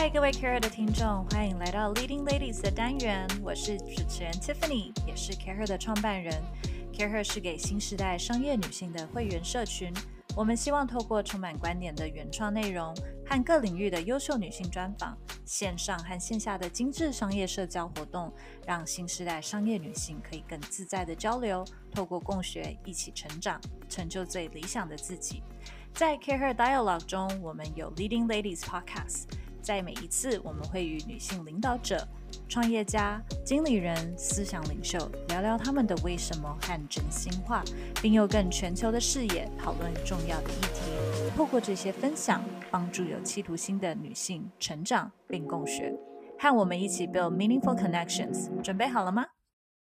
嗨，各位 Care 的听众，欢迎来到 Leading Ladies 的单元，我是主持人 Tiffany， 也是 Care 的创办人。Care 是给新时代商业女性的会员社群，我们希望透过充满观点的原创内容和各领域的优秀女性专访，线上和线下的精致商业社交活动，让新时代商业女性可以更自在的交流，透过共学一起成长，成就最理想的自己。在 Care Dialogue 中，我们有 Leading Ladies Podcast， 在每一次我们会与女性领导者、创业家、经理人、思想领袖聊聊他们的为什么和真心话，并用更全球的视野讨论重要的议题。透过这些分享，帮助有企图心的女性成长并共学。和我们一起 build meaningful connections， 准备好了吗？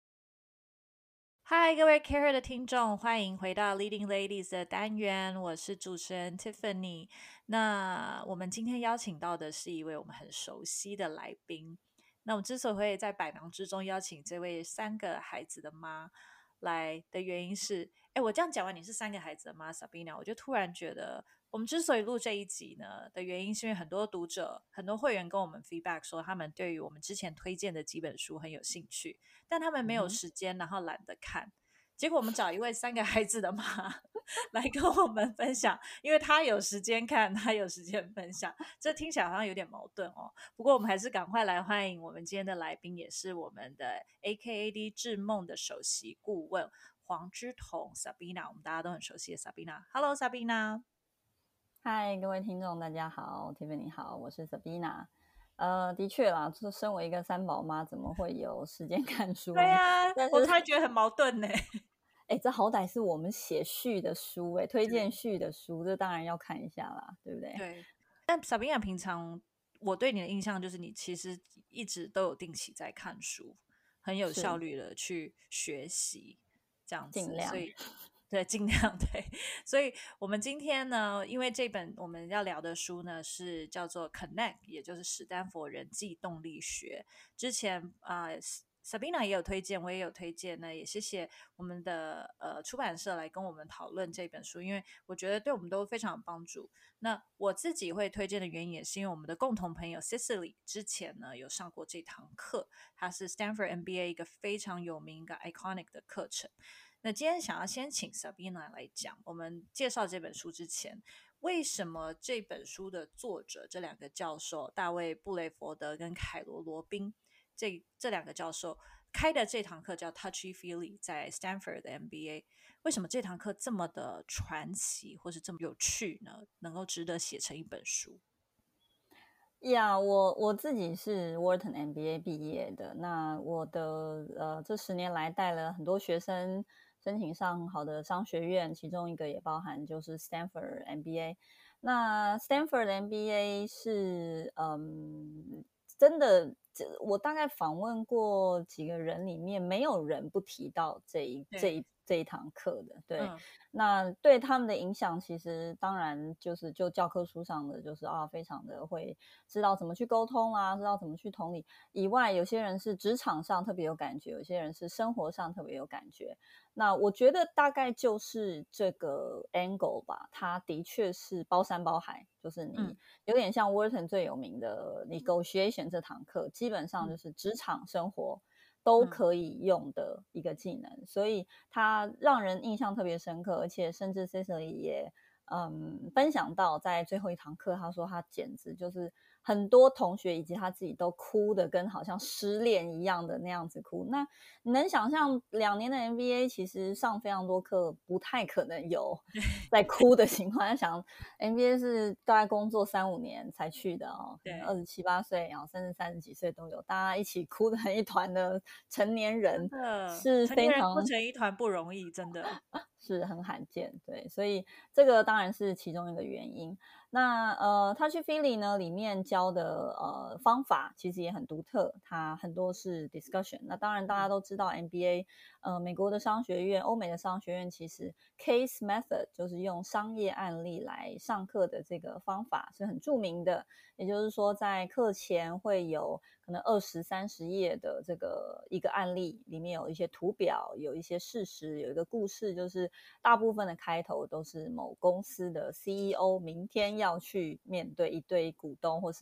嗨，各位 Care 的听众，欢迎回到 Leading Ladies 的单元，我是主持人 Tiffany。那我们今天邀请到的是一位我们很熟悉的来宾。那我们之所以会在百忙之中邀请这位3个孩子的妈来的原因是，我这样讲完你是3个孩子的妈 Sabina， 我就突然觉得我们之所以录这一集呢的原因是因为很多读者、很多会员跟我们 feedback 说他们对于我们之前推荐的几本书很有兴趣，但他们没有时间，然后懒得看。结果我们找一位3个孩子的妈来跟我们分享，因为她有时间看，她有时间分享，这听起来好像有点矛盾哦。不过我们还是赶快来欢迎我们今天的来宾，也是我们的 AKAD 智梦的首席顾问黄之彤 Sabina， 我们大家都很熟悉的 Sabina。Hello Sabina。 嗨，各位听众，大家好 ，Tiffany 好，我是 Sabina。的确啦，就是身为一个3宝妈，怎么会有时间看书呢？ 对啊， 但是， 我突然觉得很矛盾呢。 这好歹是我们写序的书，推荐序的书，这当然要看一下啦，对不对？ 对。但 Sabina 平常我对你的印象就是你其实一直都有定期在看书，很有效率的去学习这样子， 尽量。 所以对，尽量对。所以我们今天呢，因为这本我们要聊的书呢是叫做 Connect， 也就是史丹佛人际动力学。之前Sabina 也有推荐，我也有推荐呢，也谢谢我们的出版社来跟我们讨论这本书，因为我觉得对我们都非常有帮助。那我自己会推荐的原因也是因为我们的共同朋友 Cicely 之前呢有上过这堂课，它是 Stanford MBA 一个非常有名一个 iconic 的课程。那今天想要先请 Sabina 来讲，我们介绍这本书之前，为什么这本书的作者这2个教授大卫布雷佛德跟凯罗罗宾这2个教授开的这堂课叫 Touchy Feely， 在 Stanford 的 MBA， 为什么这堂课这么的传奇或是这么有趣呢？能够值得写成一本书？ 我自己是 Wharton MBA 毕业的，那我的这10年来带了很多学生申请上很好的商学院，其中一个也包含就是 Stanford MBA。那 Stanford MBA 是真的，我大概访问过几个人里面，没有人不提到这一堂课的。对，那对他们的影响，其实当然就教科书上的，就是非常的会知道怎么去沟通啊，知道怎么去同理。以外，有些人是职场上特别有感觉，有些人是生活上特别有感觉。那我觉得大概就是这个 angle 吧，它的确是包山包海，就是你有点像 Wharton 最有名的 negotiation 这堂课，基本上就是职场生活都可以用的一个技能，所以它让人印象特别深刻，而且甚至 Cicely 也分享到在最后一堂课，他说他简直就是很多同学以及他自己都哭的跟好像失恋一样的那样子哭。那你能想象2年的 MBA 其实上非常多课，不太可能有在哭的情况。想 MBA 是大概工作3-5年才去的可能27、8岁甚至30几岁都有，大家一起哭的一团的成年人是成年人非常哭成一团不容易，真的是很罕见。对，所以这个当然是其中一个原因。那Touchy Feely 呢里面教的方法其实也很独特，它很多是 discussion。那当然大家都知道 MBA 美国的商学院、欧美的商学院其实 case method 就是用商业案例来上课的这个方法是很著名的，也就是说在课前会有可能20、30页的这个一个案例，里面有一些图表，有一些事实，有一个故事，就是大部分的开头都是某公司的 CEO 明天要去面对一堆股东或是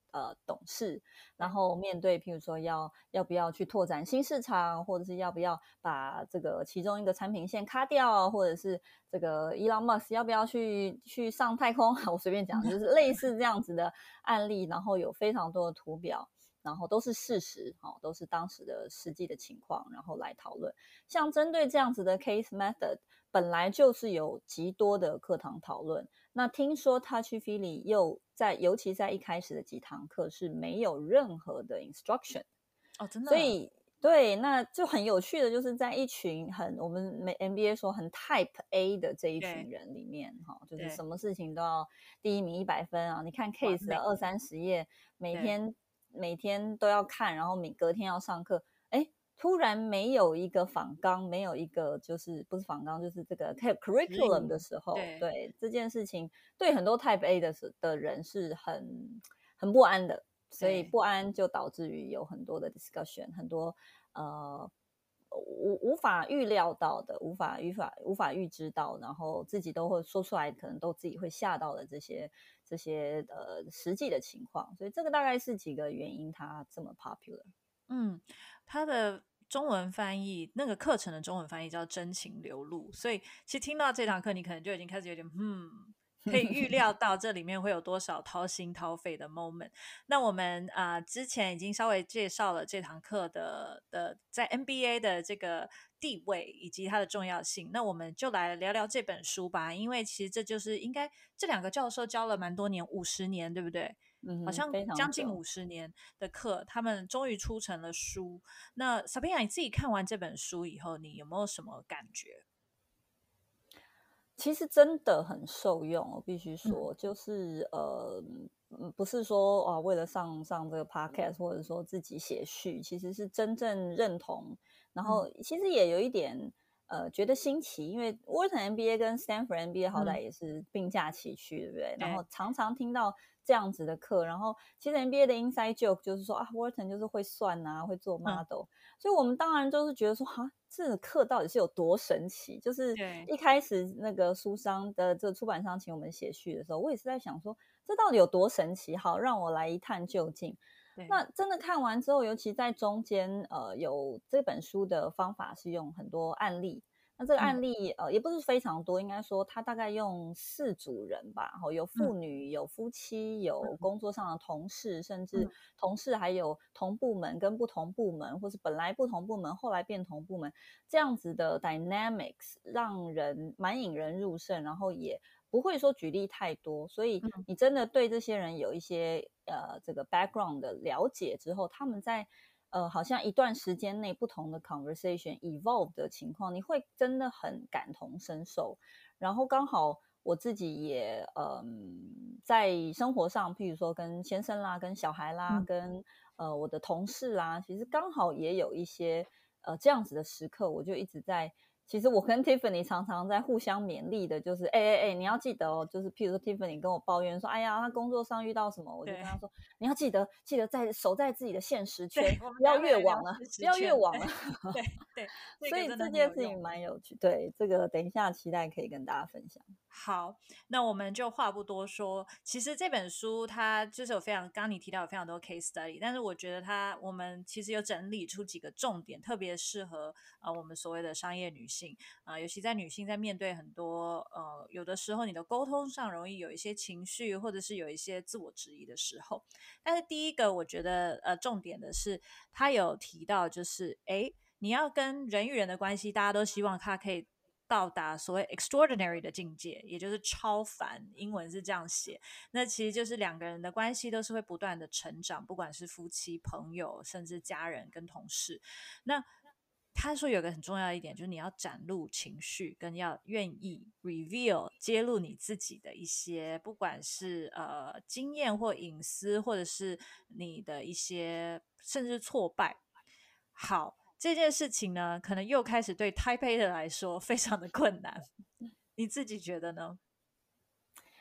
董事，然后面对譬如说要不要去拓展新市场，或者是要不要把这个其中一个产品线卡掉，或者是这个 Elon Musk 要不要去上太空，我随便讲，就是类似这样子的案例，然后有非常多的图表，然后都是事实，都是当时的实际的情况，然后来讨论。像针对这样子的 case method，本来就是有极多的课堂讨论。那听说 Touchy-Feely 尤其在一开始的几堂课是没有任何的 instruction， 哦，真的， 所以对，那就很有趣的就是在一群我们MBA 说很 Type A 的这一群对人里面，就是对， 什么事情都要第一名100分啊！你看完 case 的美， 20-30页，每对， 天每天都要看，然后隔天要上课，哎，突然没有一个访纲，没有一个就是不是访纲，就是这个指 curriculum 的引， 时候， 对对这件事情，对很多 Type A 的人是很不安的。所以对。 不安就导致于有很多的 discussion，很多无法预料到的，无法预知到，然后自己都会说出来，可能都自己会吓到的这些实际的情况。所以这个大概是几个原因，它这么 popular。 嗯，它的中文翻译，那个课程的中文翻译叫真情流露，所以其实听到这堂课，你可能就已经开始有点可以预料到这里面会有多少掏心掏肺的 moment。那我们之前已经稍微介绍了这堂课的在 NBA 的这个地位以及它的重要性，那我们就来聊聊这本书吧，因为其实这就是应该这两个教授教了蛮多年50年，对不对？好像非常将近久。 50年的课，他们终于出成了书。那 Sabina，你自己看完这本书以后，你有没有什么感觉？ 其实真的很受用，我必须嗯说，就是不是说为了上这个 podcast，或者说自己写序，其实是真正认同，然嗯后其实也有一点觉得新奇，因为 Wharton MBA 跟 Stanford MBA 好歹嗯， 也是并驾齐驱，对不对？然对后常常听到这样子的课，然后其实 MBA 的 inside joke 就是说Wharton 就是会算啊，会做嗯 model，所以我们当然就是觉得说这个课到底是有多神奇？就是对一开始那个书商的这出版商请我们写序的时候，我也是在想说，这到底有多神奇？好，让我来一探究竟。 对， 那真的看完之后，尤其在中间，有这本书的方法是用很多案例。那这个嗯案例，也不是非常多，应该说他大概用4组人吧，有嗯父女，有夫妻，有嗯工作上的同事，甚至嗯同事还有同部门跟不同部门，或是本来不同部门后来变同部门，这样子的 dynamics 让人蛮引人入胜，然后也不会说举例太多，所以嗯你真的对这些人有一些这个 background 的了解之后，他们在好像一段时间内不同的 conversation evolve 的情况，你会真的很感同身受。然后刚好我自己也在生活上，譬如说跟先生啦、跟小孩啦、 嗯， 跟我的同事啦，其实刚好也有一些这样子的时刻，我就一直在。其实我跟 Tiffany 常常在互相勉励的，就是你要记得哦，就是譬如说 Tiffany 跟我抱怨说，哎呀，他工作上遇到什么，我就跟对他说，你要记得守在自己的现实对， 圈， 我们不要等一下会来聊越网了，不实要越权，对网了。 对对，这所以个真的这件事情很有用。 蛮有趣，对，这个等一下期待可以跟大家分享。 好，那我们就话不多说。其实这本书它就是有非常，刚刚你提到有非常多 case study，但是我觉得我们其实有整理出几个重点，特别适合我们所谓的商业女性尤其在女性在面对很多有的时候你的沟通上容易有一些情绪，或者是有一些自我质疑的时候。但是第一个我觉得重点的是，他有提到就是你要跟人与人的关系，大家都希望他可以到达所谓 extraordinary 的境界，也就是超凡，英文是这样写。那其实就是两个人的关系都是会不断的成长，不管是夫妻、朋友，甚至家人跟同事。那他说有个很重要的一点，就是你要展露情绪，跟要愿意 reveal 揭露你自己的一些，不管是经验或隐私，或者是你的一些甚至挫败。好，这件事情呢，可能又开始对 Taipei 的来说非常的困难。你自己觉得呢？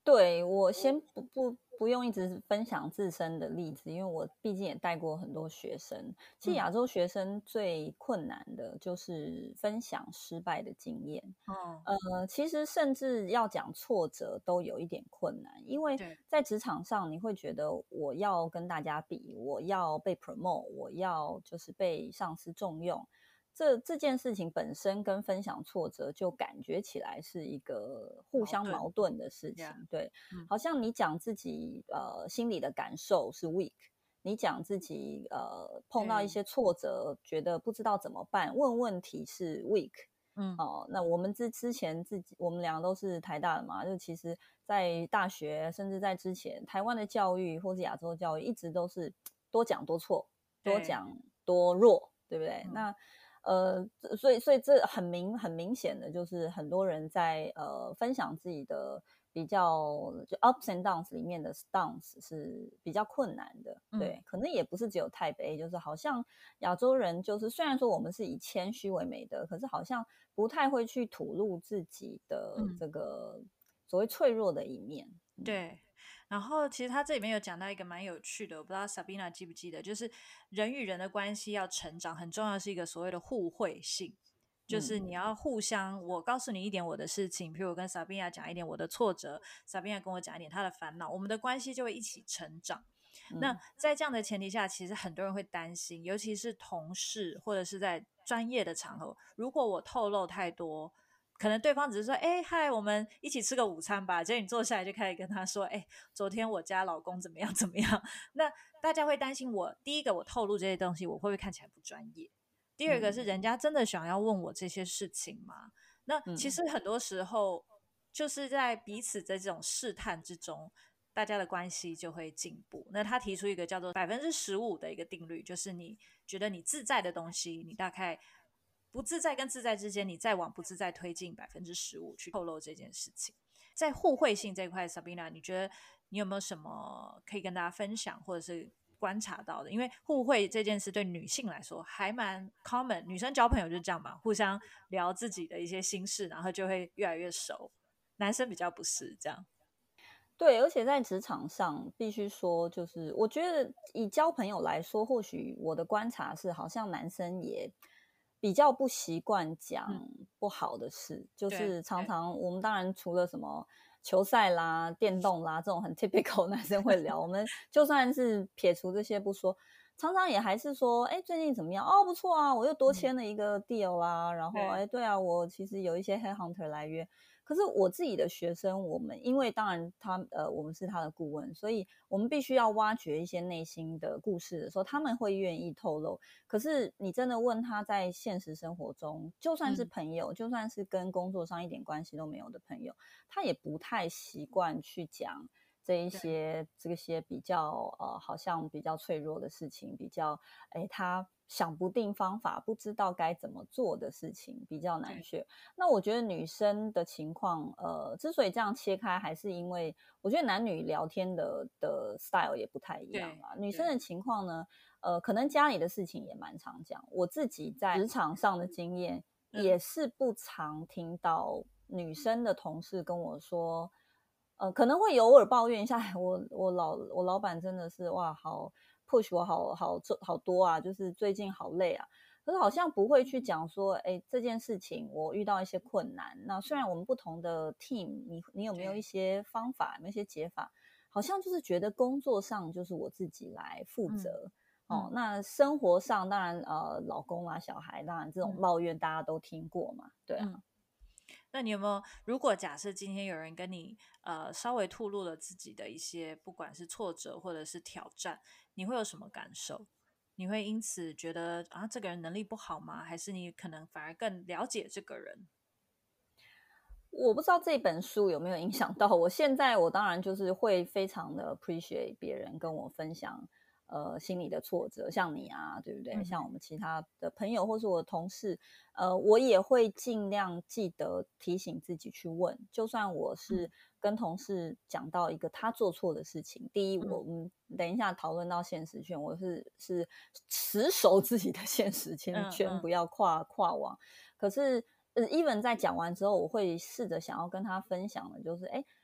对，我先不用一直分享自身的例子，因为我毕竟也带过很多学生。其实嗯， 亚洲学生最困难的就是分享失败的经验。 哦， 其实甚至要讲挫折都有一点困难，因为对在职场上你会觉得我要跟大家比，我要被 promote，我要就是被上司重用。这件事情本身跟分享挫折就感觉起来是一个互相矛盾矛盾的事 ，Yeah， 情，对， 嗯好像你讲自己心里的感受是 weak，你讲自己碰到一对， 些挫折，觉得不知道怎么办，问问题是 weak。 嗯哦，那我们之前自己，我们两个都是台大的嘛，就其实，在大学甚至在之前，台湾的教育或是亚洲教育一直都是多讲多错，多对， 讲多弱，对不对？ 嗯那所以这很明显的就是很多人在分享自己的比较就 ups and downs 里面的 downs 是比较困难的， 嗯， 对，可能也不是只有台北，就是好像亚洲人就是虽然说我们是以谦虚为美德，可是好像不太会去吐露自己的嗯。 这个所谓脆弱的一面。 对，然后其实他这里面有讲到一个蛮有趣的，我不知道 Sabina 记不记得，就是人与人的关系要成长，很重要是一个所谓的互惠性，就是嗯你要互相，我告诉你一点我的事情，比如我跟 Sabina 讲一点我的挫折，Sabina 跟我讲一点她的烦恼，我们的关系就会一起成长。那嗯在这样的前提下，其实很多人会担心，尤其是同事或者是在专业的场合，如果我透露太多，可能对方只是说，哎，嗨，我们一起吃个午餐吧。结果你坐下来就开始跟他说，哎，昨天我家老公怎么样怎么样。那大家会担心我，第一个我透露这些东西，我会不会看起来不专业？第二个是嗯人家真的想要问我这些事情吗？那其嗯实很多时候就是在彼此的这种试探之中，大家的关系就会进步。那他提出一个叫做15%的一个定律，就是你觉得你自在的东西，你大概不自在跟自在之间，你再往不自在推进15%去透露这件事情。在互惠性这一块，Sabina，你觉得你有没有什么可以跟大家分享，或者是观察到的？因为互惠这件事对女性来说还蛮 common，女生交朋友就是这样嘛，互相聊自己的一些心事，然后就会越来越熟。男生比较不是这样。 对，而且在职场上，必须说，就是我觉得以交朋友来说，或许我的观察是，好像男生也比较不习惯嗯， 讲不好的事，就对是常对常我们当然除了什么球赛啦、电动啦这种很 typical 男生会聊，我们就算是撇除这些不说，常常也还是说，哎，最近怎么样？哦，不错啊，我又多嗯签了一个 deal 啦，然后对哎，对啊，我其实有一些 headhunter 来约。可是我自己的学生，我们因为当然我们是他的顾问，所以我们必须要挖掘一些内心的故事的时候，他们会愿意透露。可是你真的问他在现实生活中，就算是嗯朋友，就算是跟工作上一点关系都没有的朋友，他也不太习惯去讲对这些比较好像比较脆弱的事情，比较他想不定方法，不知道该怎么做的事情，比较难对学。那我觉得女生的情况，之所以这样切开，还是因为我觉得男女聊天的 style 也不太一样对啦。女生对， 的情况呢，可能家里的事情也蛮常讲。我自己在职场上的经验， 嗯也是不常听到女生的同事跟我说，可能会有偶尔抱怨一下，我老板真的是哇，好 push 我好多啊，就是最近好累啊。可是好像不会去讲说，哎，这件事情我遇到一些困难。那虽然我们不同的 team，你有没有一对些方法，有没有一些解法？好像就是觉得工作上就是我自己来负嗯责。哦， 嗯那生活上当然老公啊、小孩，当然这种嗯抱怨大家都听过嘛，对啊。 嗯。那你有没有？如果假设今天有人跟你稍微吐露了自己的一些，不管是挫折或者是挑战，你会有什么感受？你会因此觉得啊，这个人能力不好吗？还是你可能反而更了解这个人？ 我不知道这本书有没有影响到我。现在我当然就是会非常的 appreciate 别人跟我分享，心里的挫折，像你啊，对不对？像我嗯们其他的朋友或是我的同事，我也会尽量记得提醒自己去问。就算我是嗯跟同事讲到一个他做错的事情，第一，我嗯， 们等一下讨论到现实圈，我是持守自己的现实圈，不嗯嗯要跨网。可是even在讲完之后，我会试着想要跟他分享的，就是，哎，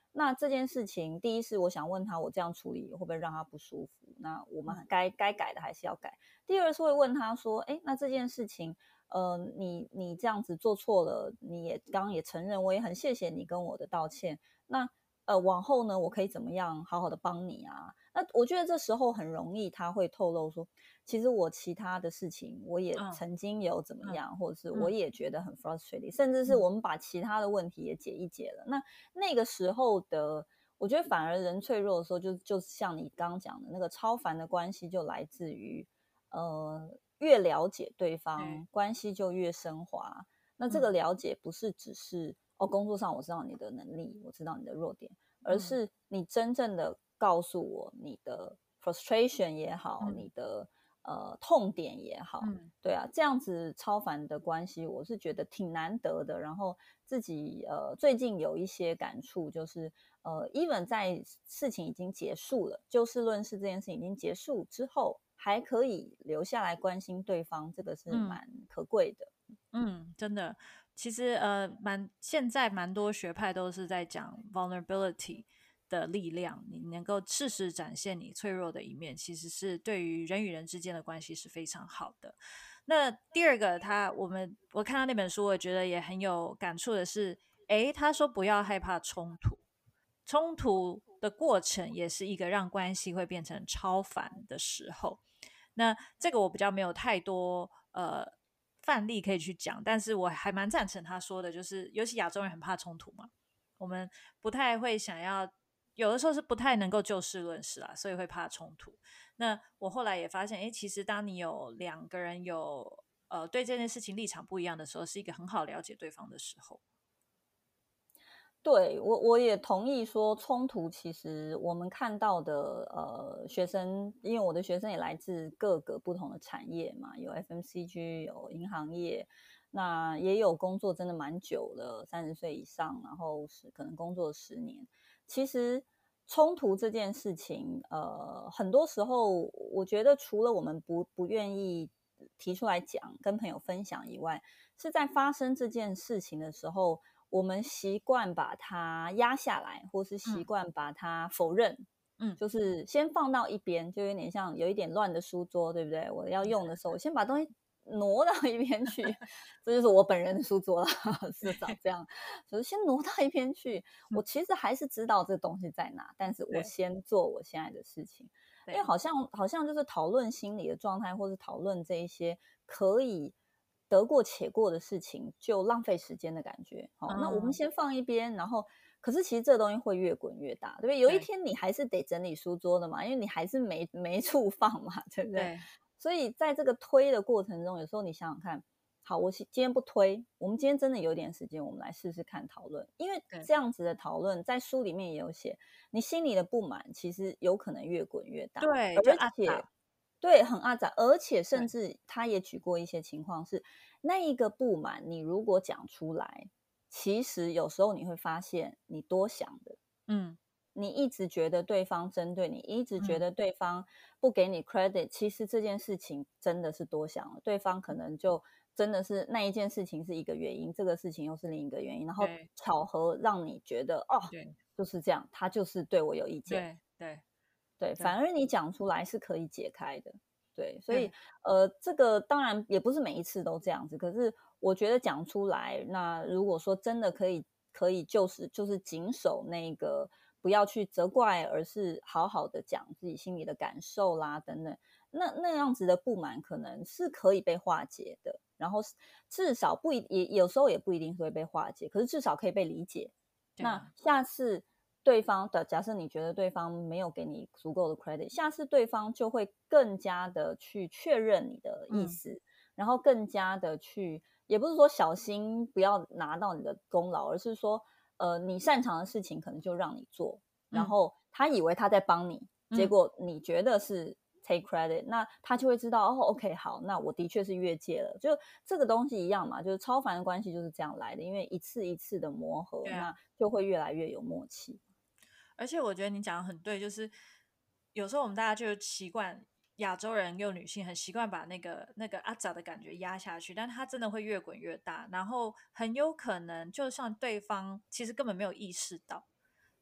那这件事情，第一是我想问他，我这样处理会不会让他不舒服？那我们该改的还是要改。第二是会问他说，哎，那这件事情，你这样子做错了，你也刚刚也承认，我也很谢谢你跟我的道歉。那往后呢，我可以怎么样好好的帮你啊？那我觉得这时候很容易他会透露说，其实我其他的事情我也嗯曾经有怎么嗯样，或者是我嗯也觉得很 frustrated，甚至是嗯我们把其他的问题也解一解了。那个时候的，我觉得反而人脆弱的时候就像你刚刚讲的那个超凡的关系，就来自于越了解对对， 方，关系就越升华。那这个嗯了解不是只是工作上我知道你的能力，我知道你的弱点，而嗯是你真正的告诉我你的 frustration 也好，你嗯的痛点也好， 嗯对啊，这样子超凡的关系，我是觉得挺难得的。然后自己最近有一些感触，就是even 在事情已经结束了，就事论事这件事情已经结束之后，还可以留下来关心对方，这个是嗯蛮可贵的。 嗯，真的，其实现在蛮多学派都是在讲 vulnerability 的力量，你能够适时展现你脆弱的一面，其实是对于人与人之间的关系是非常好的。那第二个，我看到那本书，我觉得也很有感触的是，诶，他说不要害怕冲突，冲突的过程也是一个让关系会变成超凡的时候。那这个我比较没有太多范例可以去讲，但是我还蛮赞成他说的，就是尤其亚洲人很怕冲突嘛，我们不太会想要，有的时候是不太能够就事论事啊，所以会怕冲突。那我后来也发现，其实当你有两个人有对这件事情立场不一样的时候，是一个很好了解对方的时候。 对，我也同意说，冲突其实我们看到的学生，因为我的学生也来自各个不同的产业嘛，有 FMCG，有银行业，那也有工作真的蛮久了30岁以上，然后可能工作10年。其实冲突这件事情，很多时候我觉得除了我们不愿意提出来讲，跟朋友分享以外，是在发生这件事情的时候。我们习惯把它压下来，或是习嗯惯把它否认， 嗯， 就是先放到一边，就有点像有一点乱的书桌，对不对？我要用的时候，我先把东西挪到一边去，这就是我本人的书桌了，至少这样，就是先挪到一边去。我其实还是知道这个东西在哪，但是我对先做我现在的事情，因为对好像就是讨论心理的状态，或是讨论这一些可以得过且过的事情，就浪费时间的感觉。好，那我们嗯先放一边，然后可是其实这个东西会越滚越大，对不对？有一对天你还是得整理书桌的嘛，因为你还是没处放嘛，对不对？ 对所以在这个推的过程中，有时候你想想看，好，我今天不推，我们今天真的有点时间，我们来试试看讨论，因为对这样子的讨论在书里面也有写，你心里的不满其实有可能越滚越大， 对，就而阿且杂， 对，很阿杂，而且甚对， 至他也举过一些情况是，那一个不满，你如果讲出来，其实有时候你会发现你多想的， 嗯你一直觉得对方针对你，一直觉嗯得对方不给你 credit，其实这件事情真的是多想了，对方可能就真的是那一件事情是一个原因，这个事情又是另一个原因，然后对巧合让你觉得哦， 对就是这样，他就是对我有意见， 对对对， 对反而你讲出来是可以解开的，对，所以对， 这个当然也不是每一次都这样子，可是我觉得讲出来，那如果说真的可以就是谨守那个不要去责怪，而是好好的讲自己心里的感受啦等等，那样子的不满可能是可以被化解的，然后至少也有时候也不一定会被化解，可是至少可以被理解。那对啊， 下次对方的假设你觉得对方没有给你足够的 credit，下次对方就会更加的去确认你的意嗯思，然后更加的去，也不是说小心不要拿到你的功劳，而是说，你擅长的事情可能就让你做，然嗯后他以为他在帮你，结嗯。 果你觉得是 take credit，那他就会知道哦，OK，好，那我的确是越界了，就这个东西一样嘛，就是超凡的关系就是这样来的，因为一次一次的磨合， 对啊， 那就会越来越有默契。 而且我觉得你讲的很对，就是有时候我们大家就习惯亚洲人又女性很习惯把那个阿杂的感觉压下去，但它真的会越滚越大，然后很有可能就算对方其实根本没有意识到，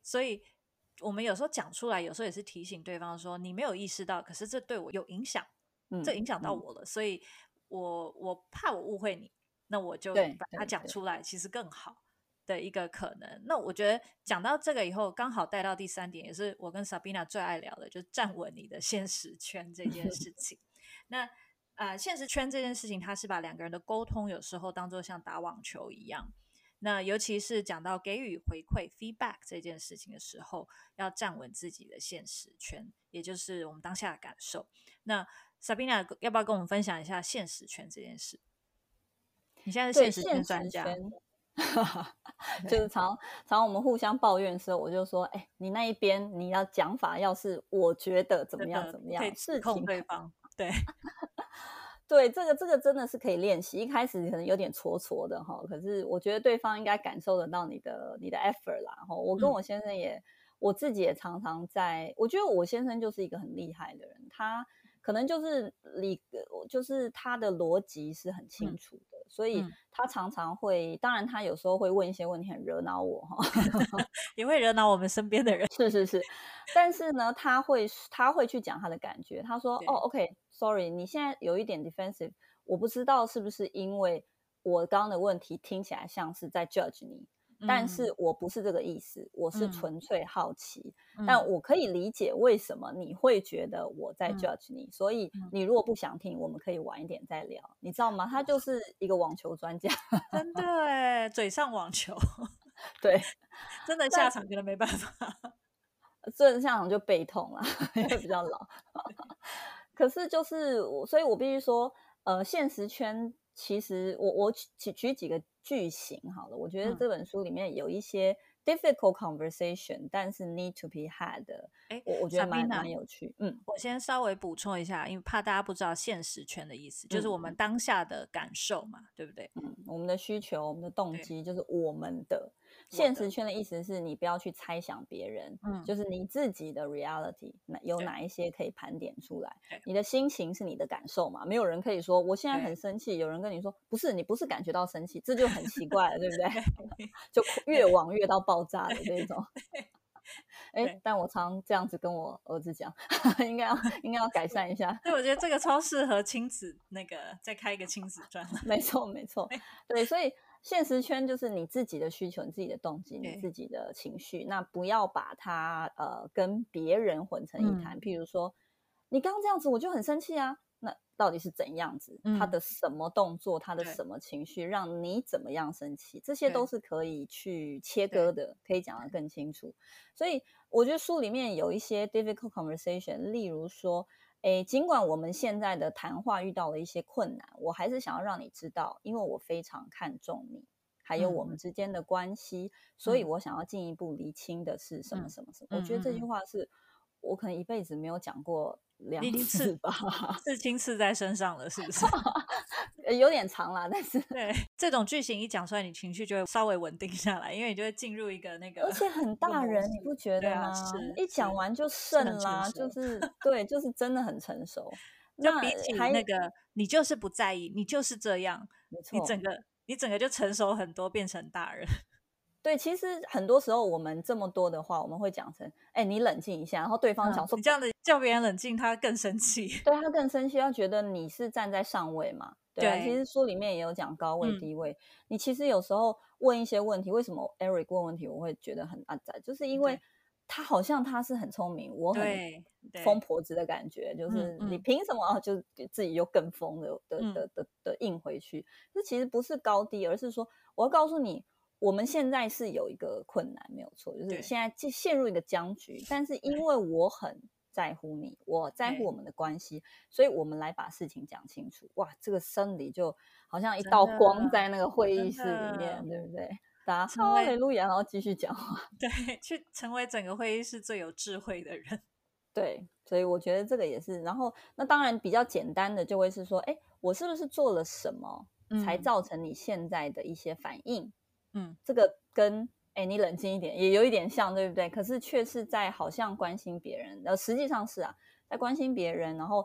所以我们有时候讲出来，有时候也是提醒对方说，你没有意识到，可是这对我有影响，这影响到我了，所以我怕我误会你，那我就把它讲出来，其实更好的一个可能。那我觉得讲到这个以后，刚好带到第3点，也是我跟 Sabina 最爱聊的，就是站稳你的现实圈这件事情。那现实圈这件事情，它是把2个人的沟通有时候当作像打网球一样。那尤其是讲到给予回馈 feedback 这件事情的时候，要站稳自己的现实圈，也就是我们当下的感受。那 Sabina 要不要跟我们分享一下现实圈这件事？你现在是现实圈专家。 就是常我们互相抱怨的时候，我就说，你那一边你要讲法，要是我觉得怎么样怎么样， 可以指控对方，对。 对，这个真的是可以练习。一开始可能有点挫挫的哈，可是我觉得对方应该感受得到你的 effort 啦。我跟我先生也，我自己也常常我觉得我先生就是一个很厉害的人，他可能就是他的逻辑是很清楚的，所以他常常会，当然他有时候会问一些问题很惹恼我哈， 也会惹恼我们身边的人。 是，但是呢，他会去讲他的感觉。他说：“哦 ，OK，sorry，你现在有一点 defensive， 我不知道是不是因为我刚刚的问题听起来像是在 judge 你，但是我不是这个意思，我是纯粹好奇。但我可以理解为什么你会觉得我在 judge 你，所以你如果不想听，我们可以晚一点再聊，你知道吗？他就是一个网球专家， 真的耶，嘴上网球， 对， 真的下场可能没办法。” 这下场就背痛了，因为比较老。可是就是所以我必须说，现实圈其实我举几个句型好了。我觉得这本书里面有一些 difficult conversation，但是 need to be had 的，我觉得蛮有趣。 我先稍微补充一下，因为怕大家不知道现实圈的意思，就是我们当下的感受嘛，对不对？ 我们的需求，我们的动机，就是我们的。现实圈的意思是你不要去猜想别人，就是你自己的 reality 有哪一些可以盘点出来。你的心情是你的感受嘛，没有人可以说我现在很生气，有人跟你说不是，你不是感觉到生气，这就很奇怪了，对不对？就越往越到爆炸的这种。但我常这样子跟我儿子讲，应该要改善一下。 对，我觉得这个超适合亲子再开一个亲子专栏。 没错，对，所以现实圈就是你自己的需求、你自己的动机、你自己的情绪，那不要把它跟别人混成一谈。譬如说，你刚刚这样子，我就很生气啊。那到底是怎样子？他的什么动作，他的什么情绪，让你怎么样生气？这些都是可以去切割的，可以讲得更清楚。所以我觉得书里面有一些 difficult conversation， 例如说，尽管我们现在的谈话遇到了一些困难，我还是想要让你知道，因为我非常看重你，还有我们之间的关系，所以我想要进一步厘清的是什么什么什么。我觉得这句话是我可能一辈子没有讲过2次吧， 刺青刺在身上了，是不是？ 有点长啦，但是对这种句型一讲出来，你情绪就会稍微稳定下来，因为你就会进入一个而且很大人，你不觉得吗？一讲完就胜啦，就是对，就是真的很成熟。 就比起那个你就是不在意，你就是这样， 没错， 你整个就成熟很多，变成大人。 对，其实很多时候我们这么多的话，我们会讲成你冷静一下，然后对方讲说你这样的叫别人冷静，他更生气。 对，他更生气，他觉得你是站在上位嘛。对，其实书里面也有讲高位低位。你其实有时候问一些问题，为什么 Eric 问问题我会觉得很阿宅，就是因为他好像他是很聪明，我很疯婆子的感觉，就是你凭什么就自己又更疯的硬回去？这其实不是高低，而是说我要告诉你，我们现在是有一个困难，没有错，就是现在陷入一个僵局，但是因为我很在乎你，我在乎我们的关系，所以我们来把事情讲清楚。哇，这个生理就好像一道光在那个会议室里面，对不对？大家哈利路亚，然后继续讲话。 对，去成为整个会议室最有智慧的人。 对，所以我觉得这个也是。然后，那当然比较简单的就会是说，我是不是做了什么才造成你现在的一些反应？这个跟你冷静一点，也有一点像，对不对？可是却是在好像关心别人，实际上是在关心别人，然后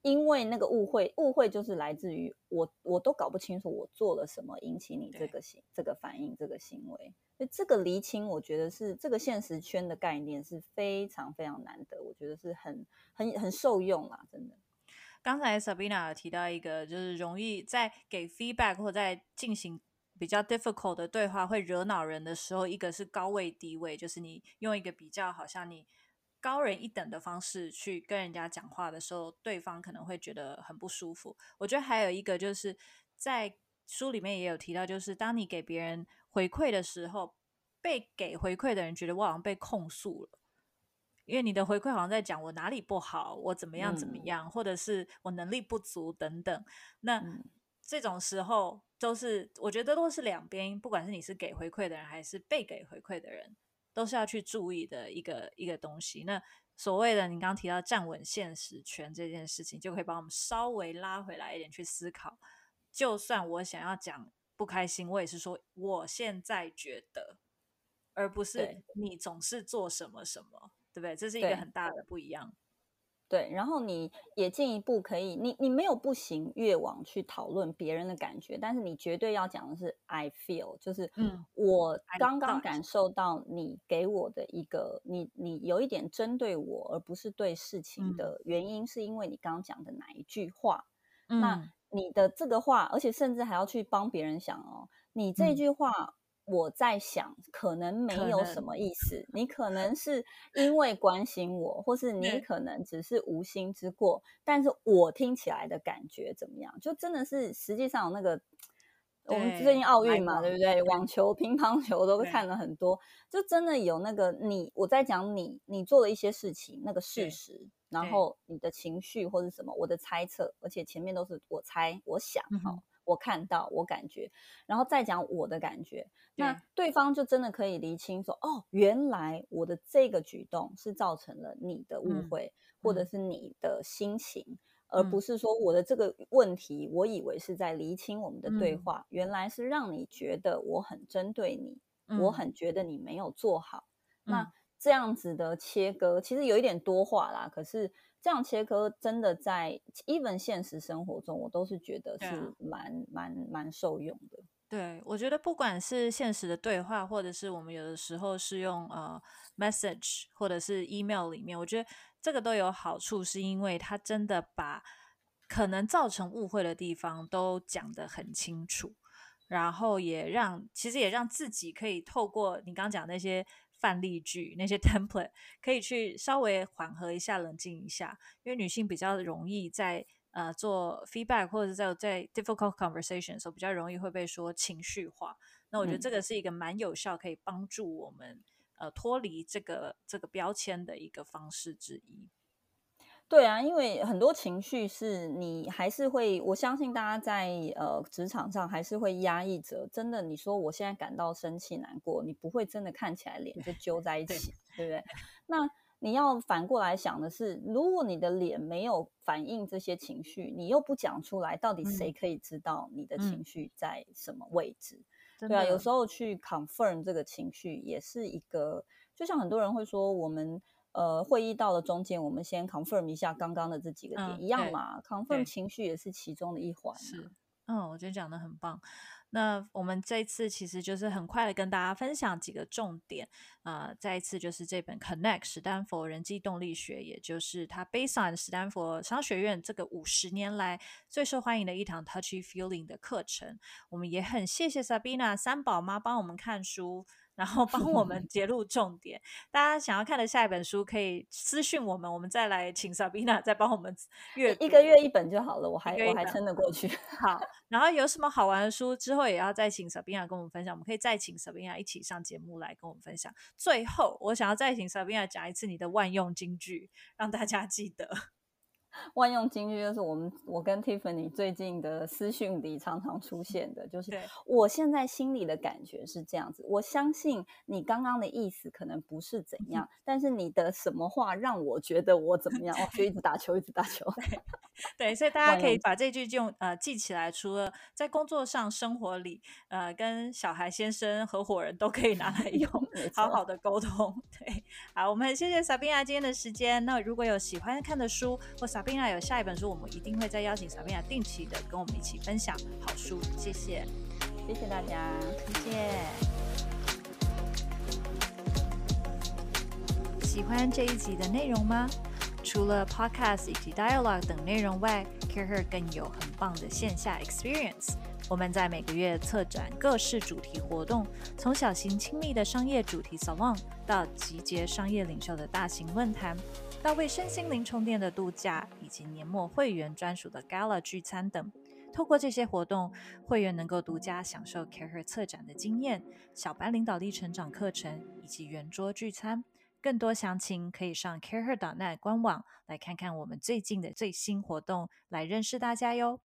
因为那个误会就是来自于我都搞不清楚我做了什么引起你这个反应这个行为，所以这个厘清我觉得是这个现实圈的概念是非常非常难得，我觉得是很受用啦，真的。 刚才 Sabina 有提到一个，就是容易在给 feedback 或在进行比较 difficult 的对话会惹恼人的时候，一个是高位低位，就是你用一个比较好像你高人一等的方式去跟人家讲话的时候，对方可能会觉得很不舒服。我觉得还有一个就是在书里面也有提到，就是当你给别人回馈的时候，被给回馈的人觉得我好像被控诉了。因为你的回馈好像在讲我哪里不好，我怎么样怎么样，或者是我能力不足等等。那这种时候都是我觉得都是两边，不管是你是给回馈的人还是被给回馈的人，都是要去注意的一个东西。那所谓的你刚刚提到站稳现实圈这件事情，就可以把我们稍微拉回来一点去思考。就算我想要讲不开心，我也是说我现在觉得，而不是你总是做什么什么。对不对？这是一个很大的不一样。 对，然后你也进一步可以，你没有不行越网去讨论别人的感觉，但是你绝对要讲的是 I feel， 就是我刚刚感受到你给我的一个，你有一点针对我，而不是对事情的原因，是因为你刚刚讲的哪一句话？那你的这个话，而且甚至还要去帮别人想哦，你这句话。我在想可能没有什么意思，你可能是因为关心我，或是你可能只是无心之过，但是我听起来的感觉怎么样？就真的是实际上有那个我们最近奥运嘛，对不对？网球、乒乓球都看了很多，就真的有那个我在讲你做了一些事情，那个事实，然后你的情绪或是什么，我的猜测，而且前面都是我猜、我想，我看到，我感觉，然后再讲我的感觉，那对方就真的可以厘清说，哦，原来我的这个举动是造成了你的误会，或者是你的心情。而不是说我的这个问题，我以为是在厘清我们的对话，原来是让你觉得我很针对你，我很觉得你没有做好。那这样子的切割其实有一点多话啦，可是这样切割真的在 even 现实生活中，我都是觉得是蛮受用的。 对，我觉得不管是现实的对话，或者是我们有的时候是用message 或者是 email 里面，我觉得这个都有好处，是因为它真的把可能造成误会的地方都讲得很清楚，然后其实也让自己可以透过你刚刚讲那些范例句、那些 template， 可以去稍微缓和一下、冷静一下，因为女性比较容易在做 feedback 或者在 difficult conversation 的时候，比较容易会被说情绪化。那我觉得这个是一个蛮有效，可以帮助我们脱离这个标签的一个方式之一。 对啊，因为很多情绪是你还是会，我相信大家在职场上还是会压抑着。真的，你说我现在感到生气难过，你不会真的看起来脸就揪在一起，对不对？那你要反过来想的是，如果你的脸没有反映这些情绪，你又不讲出来，到底谁可以知道你的情绪在什么位置？对啊，有时候去 confirm 这个情绪也是一个，就像很多人会说我们。会议到了中间，我们先 confirm 一下刚刚的这几个点，一样嘛 ，confirm 情绪也是其中的一环。 是，我觉得讲的很棒。那我们这一次其实就是很快的跟大家分享几个重点再一次就是这本 Connect 史丹佛人际动力学，也就是它 based on 史丹佛商学院这个50年来最受欢迎的一堂 Touchy Feeling 的课程。我们也很谢谢 Sabina 三宝妈帮我们看书，然后帮我们揭露重点。大家想要看的下一本书可以私讯我们，我们再来请 Sabina 再帮我们阅读。 一个月一本就好了，我还撑得过去。 好，然后有什么好玩的书之后也要再请 Sabina 跟我们分享，我们可以再请 Sabina 一起上节目来跟我们分享。最后我想要再请 Sabina 讲一次你的万用金句，让大家记得。 万用金句就是我跟 Tiffany 最近的私讯里常常出现的，就是我现在心里的感觉是这样子，我相信你刚刚的意思可能不是怎样，但是你的什么话让我觉得我怎么样，就一直打球一直打球。 对，所以大家可以万用。 把这句就记起来，除了在工作上、生活里，跟小孩先生、合伙人都可以拿来用， 没错。 好好的沟通。对，好，我们很谢谢 Sabina 今天的时间。那如果有喜欢看的书，或 Sabina 有下一本书，我们一定会再邀请 Sabina 定期的跟我们一起分享好书。谢谢， 谢谢大家。 谢谢。喜欢这一集的内容吗？除了 Podcast 以及 Dialogue 等内容外 CareHer 更有很棒的线下 experience。我们在每个月策展各式主题活动，从小型亲密的商业主题 salon， 到集结商业领袖的大型论坛，到为身心灵充电的度假，以及年末会员专属的 Gala 聚餐等。透过这些活动，会员能够独家享受 CareHer 策展的经验、小班领导力成长课程以及圆桌聚餐。更多详情可以上 careher.net 官网来看看我们最近的最新活动，来认识大家哟。